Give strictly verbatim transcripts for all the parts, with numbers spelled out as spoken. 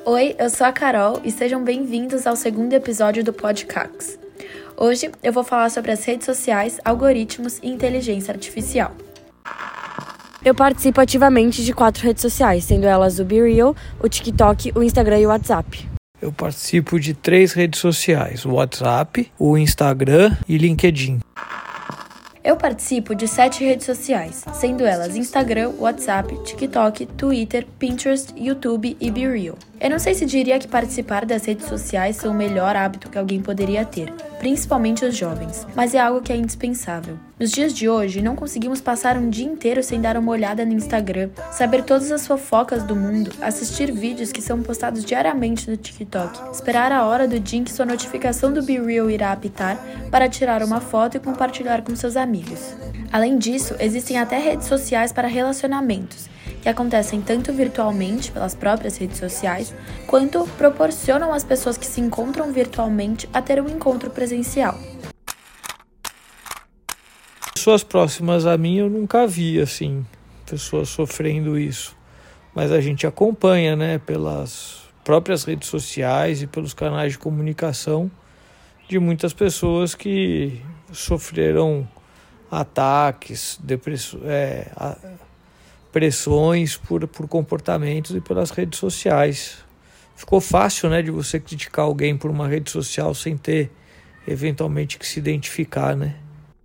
Oi, eu sou a Carol e sejam bem-vindos ao segundo episódio do Podcasts. Hoje eu vou falar sobre as redes sociais, algoritmos e inteligência artificial. Eu participo ativamente de quatro redes sociais, sendo elas o BeReal, o TikTok, o Instagram e o WhatsApp. Eu participo de três redes sociais, o WhatsApp, o Instagram e LinkedIn. Eu participo de sete redes sociais, sendo elas Instagram, WhatsApp, TikTok, Twitter, Pinterest, YouTube e BeReal. Eu não sei se diria que participar das redes sociais é o melhor hábito que alguém poderia ter, principalmente os jovens, mas é algo que é indispensável. Nos dias de hoje, não conseguimos passar um dia inteiro sem dar uma olhada no Instagram, saber todas as fofocas do mundo, assistir vídeos que são postados diariamente no TikTok, esperar a hora do dia em que sua notificação do BeReal irá apitar para tirar uma foto e compartilhar com seus amigos. Além disso, existem até redes sociais para relacionamentos, que acontecem tanto virtualmente pelas próprias redes sociais, quanto proporcionam às pessoas que se encontram virtualmente a ter um encontro presencial. Pessoas próximas a mim eu nunca vi, assim, pessoas sofrendo isso. Mas a gente acompanha, né, pelas próprias redes sociais e pelos canais de comunicação de muitas pessoas que sofreram ataques, depressões, é, a, pressões por, por comportamentos e pelas redes sociais. Ficou fácil, né, de você criticar alguém por uma rede social sem ter, eventualmente, que se identificar, né?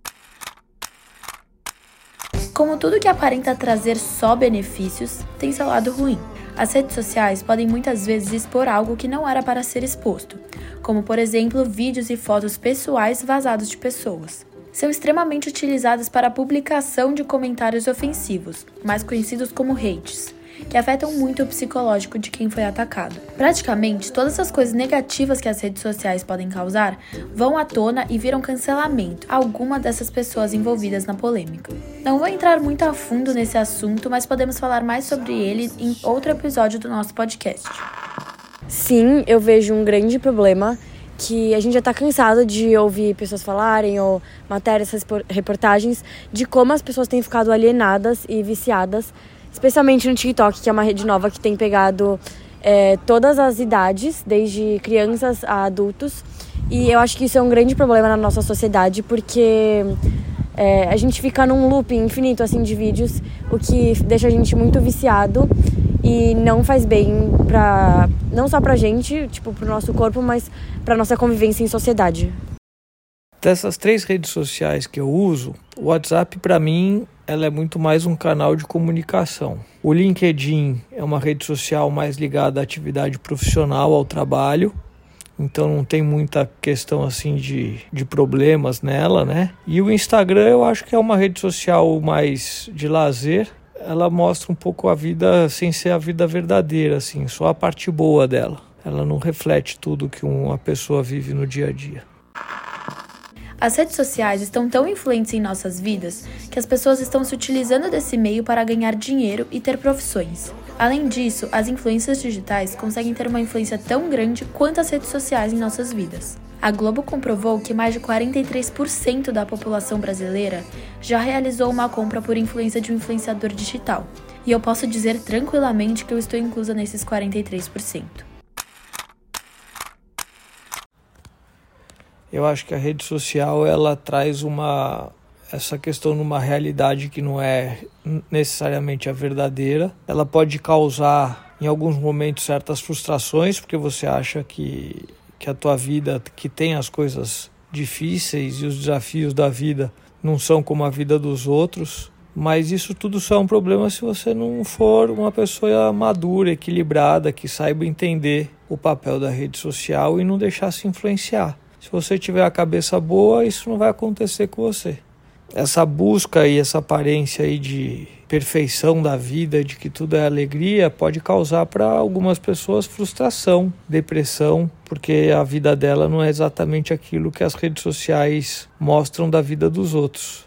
Como tudo que aparenta trazer só benefícios, tem seu lado ruim. As redes sociais podem muitas vezes expor algo que não era para ser exposto, como, por exemplo, vídeos e fotos pessoais vazados de pessoas. São extremamente utilizadas para a publicação de comentários ofensivos, mais conhecidos como hates, que afetam muito o psicológico de quem foi atacado. Praticamente, todas as coisas negativas que as redes sociais podem causar vão à tona e viram cancelamento a alguma dessas pessoas envolvidas na polêmica. Não vou entrar muito a fundo nesse assunto, mas podemos falar mais sobre ele em outro episódio do nosso podcast. Sim, eu vejo um grande problema que a gente já tá cansado de ouvir pessoas falarem ou matérias, reportagens de como as pessoas têm ficado alienadas e viciadas, especialmente no TikTok, que é uma rede nova que tem pegado é, todas as idades, desde crianças a adultos. E eu acho que isso é um grande problema na nossa sociedade, porque é, a gente fica num looping infinito assim, de vídeos, o que deixa a gente muito viciado e não faz bem pra, não só pra gente, tipo, pro nosso corpo, mas pra nossa convivência em sociedade. Dessas três redes sociais que eu uso, o WhatsApp, para mim, ela é muito mais um canal de comunicação. O LinkedIn é uma rede social mais ligada à atividade profissional, ao trabalho, então não tem muita questão assim de, de problemas nela, né? E o Instagram eu acho que é uma rede social mais de lazer. Ela mostra um pouco a vida sem ser a vida verdadeira, assim, só a parte boa dela. Ela não reflete tudo que uma pessoa vive no dia a dia. As redes sociais estão tão influentes em nossas vidas que as pessoas estão se utilizando desse meio para ganhar dinheiro e ter profissões. Além disso, as influências digitais conseguem ter uma influência tão grande quanto as redes sociais em nossas vidas. A Globo comprovou que mais de quarenta e três por cento da população brasileira já realizou uma compra por influência de um influenciador digital. E eu posso dizer tranquilamente que eu estou inclusa nesses quarenta e três por cento. Eu acho que a rede social ela traz uma essa questão numa realidade que não é necessariamente a verdadeira. Ela pode causar em alguns momentos certas frustrações, porque você acha que que a tua vida, que tem as coisas difíceis e os desafios da vida não são como a vida dos outros, mas isso tudo só é um problema se você não for uma pessoa madura, equilibrada, que saiba entender o papel da rede social e não deixar se influenciar. Se você tiver a cabeça boa, isso não vai acontecer com você. Essa busca e essa aparência aí de perfeição da vida, de que tudo é alegria, pode causar para algumas pessoas frustração, depressão, porque a vida dela não é exatamente aquilo que as redes sociais mostram da vida dos outros.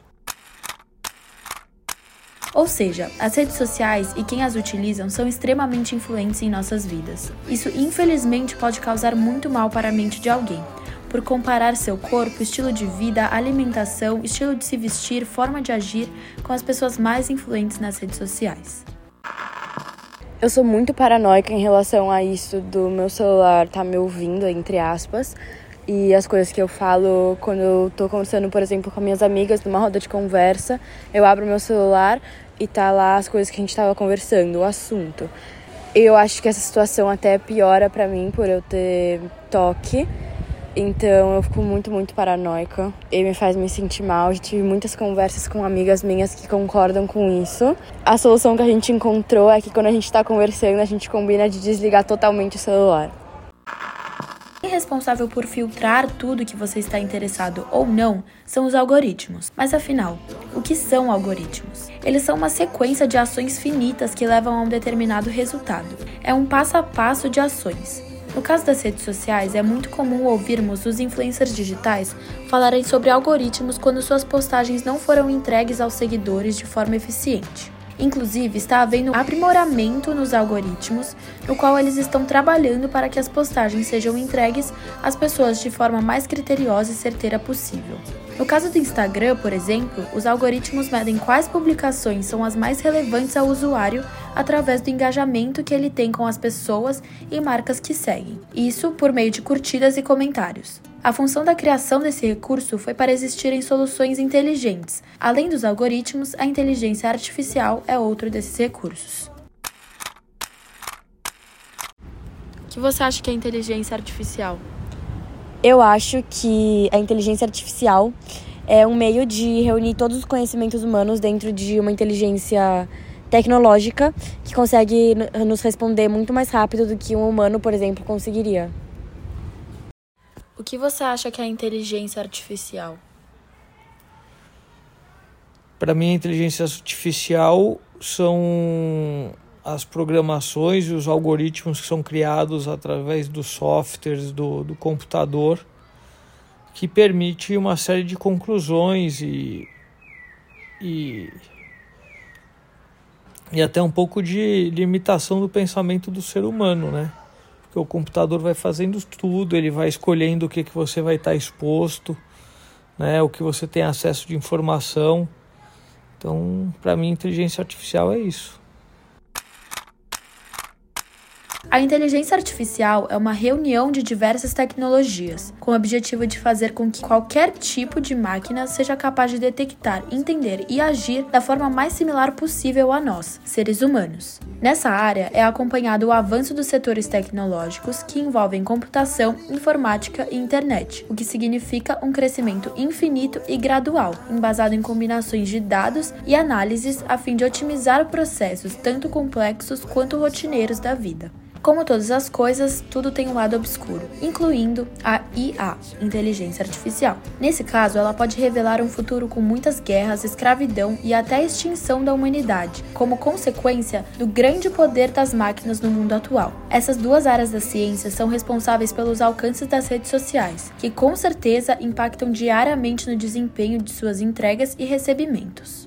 Ou seja, as redes sociais e quem as utilizam são extremamente influentes em nossas vidas. Isso, infelizmente, pode causar muito mal para a mente de alguém, por comparar seu corpo, estilo de vida, alimentação, estilo de se vestir, forma de agir com as pessoas mais influentes nas redes sociais. Eu sou muito paranoica em relação a isso do meu celular tá me ouvindo, entre aspas, e as coisas que eu falo quando eu tô conversando, por exemplo, com minhas amigas numa roda de conversa, eu abro meu celular e tá lá as coisas que a gente tava conversando, o assunto. Eu acho que essa situação até piora pra mim por eu ter toque. Então eu fico muito, muito paranoica e me faz me sentir mal. Já tive muitas conversas com amigas minhas que concordam com isso. A solução que a gente encontrou é que quando a gente tá conversando, a gente combina de desligar totalmente o celular. Quem é responsável por filtrar tudo que você está interessado ou não são os algoritmos. Mas afinal, o que são algoritmos? Eles são uma sequência de ações finitas que levam a um determinado resultado. É um passo a passo de ações. No caso das redes sociais, é muito comum ouvirmos os influencers digitais falarem sobre algoritmos quando suas postagens não foram entregues aos seguidores de forma eficiente. Inclusive, está havendo aprimoramento nos algoritmos, no qual eles estão trabalhando para que as postagens sejam entregues às pessoas de forma mais criteriosa e certeira possível. No caso do Instagram, por exemplo, os algoritmos medem quais publicações são as mais relevantes ao usuário através do engajamento que ele tem com as pessoas e marcas que seguem. Isso por meio de curtidas e comentários. A função da criação desse recurso foi para existirem soluções inteligentes. Além dos algoritmos, a inteligência artificial é outro desses recursos. O que você acha que é inteligência artificial? Eu acho que a inteligência artificial é um meio de reunir todos os conhecimentos humanos dentro de uma inteligência tecnológica que consegue nos responder muito mais rápido do que um humano, por exemplo, conseguiria. O que você acha que é inteligência artificial? Para mim, a inteligência artificial são as programações e os algoritmos que são criados através dos softwares do, do computador, que permite uma série de conclusões e, e, e até um pouco de limitação do pensamento do ser humano, né? Porque o computador vai fazendo tudo, ele vai escolhendo o que, que você vai estar exposto, né? O que você tem acesso de informação. Então, para mim, inteligência artificial é isso. A inteligência artificial é uma reunião de diversas tecnologias, com o objetivo de fazer com que qualquer tipo de máquina seja capaz de detectar, entender e agir da forma mais similar possível a nós, seres humanos. Nessa área é acompanhado o avanço dos setores tecnológicos que envolvem computação, informática e internet, o que significa um crescimento infinito e gradual, embasado em combinações de dados e análises a fim de otimizar processos tanto complexos quanto rotineiros da vida. Como todas as coisas, tudo tem um lado obscuro, incluindo a I A, inteligência artificial. Nesse caso, ela pode revelar um futuro com muitas guerras, escravidão e até a extinção da humanidade, como consequência do grande poder das máquinas no mundo atual. Essas duas áreas da ciência são responsáveis pelos alcances das redes sociais, que com certeza impactam diariamente no desempenho de suas entregas e recebimentos.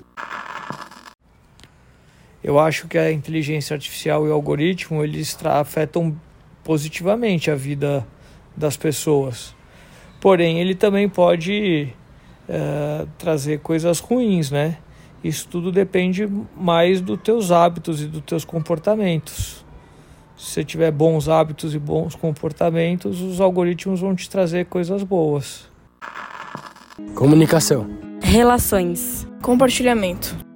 Eu acho que a inteligência artificial e o algoritmo, eles tra- afetam positivamente a vida das pessoas. Porém, ele também pode é, trazer coisas ruins, né? Isso tudo depende mais dos teus hábitos e dos teus comportamentos. Se você tiver bons hábitos e bons comportamentos, os algoritmos vão te trazer coisas boas. Comunicação. Relações. Compartilhamento.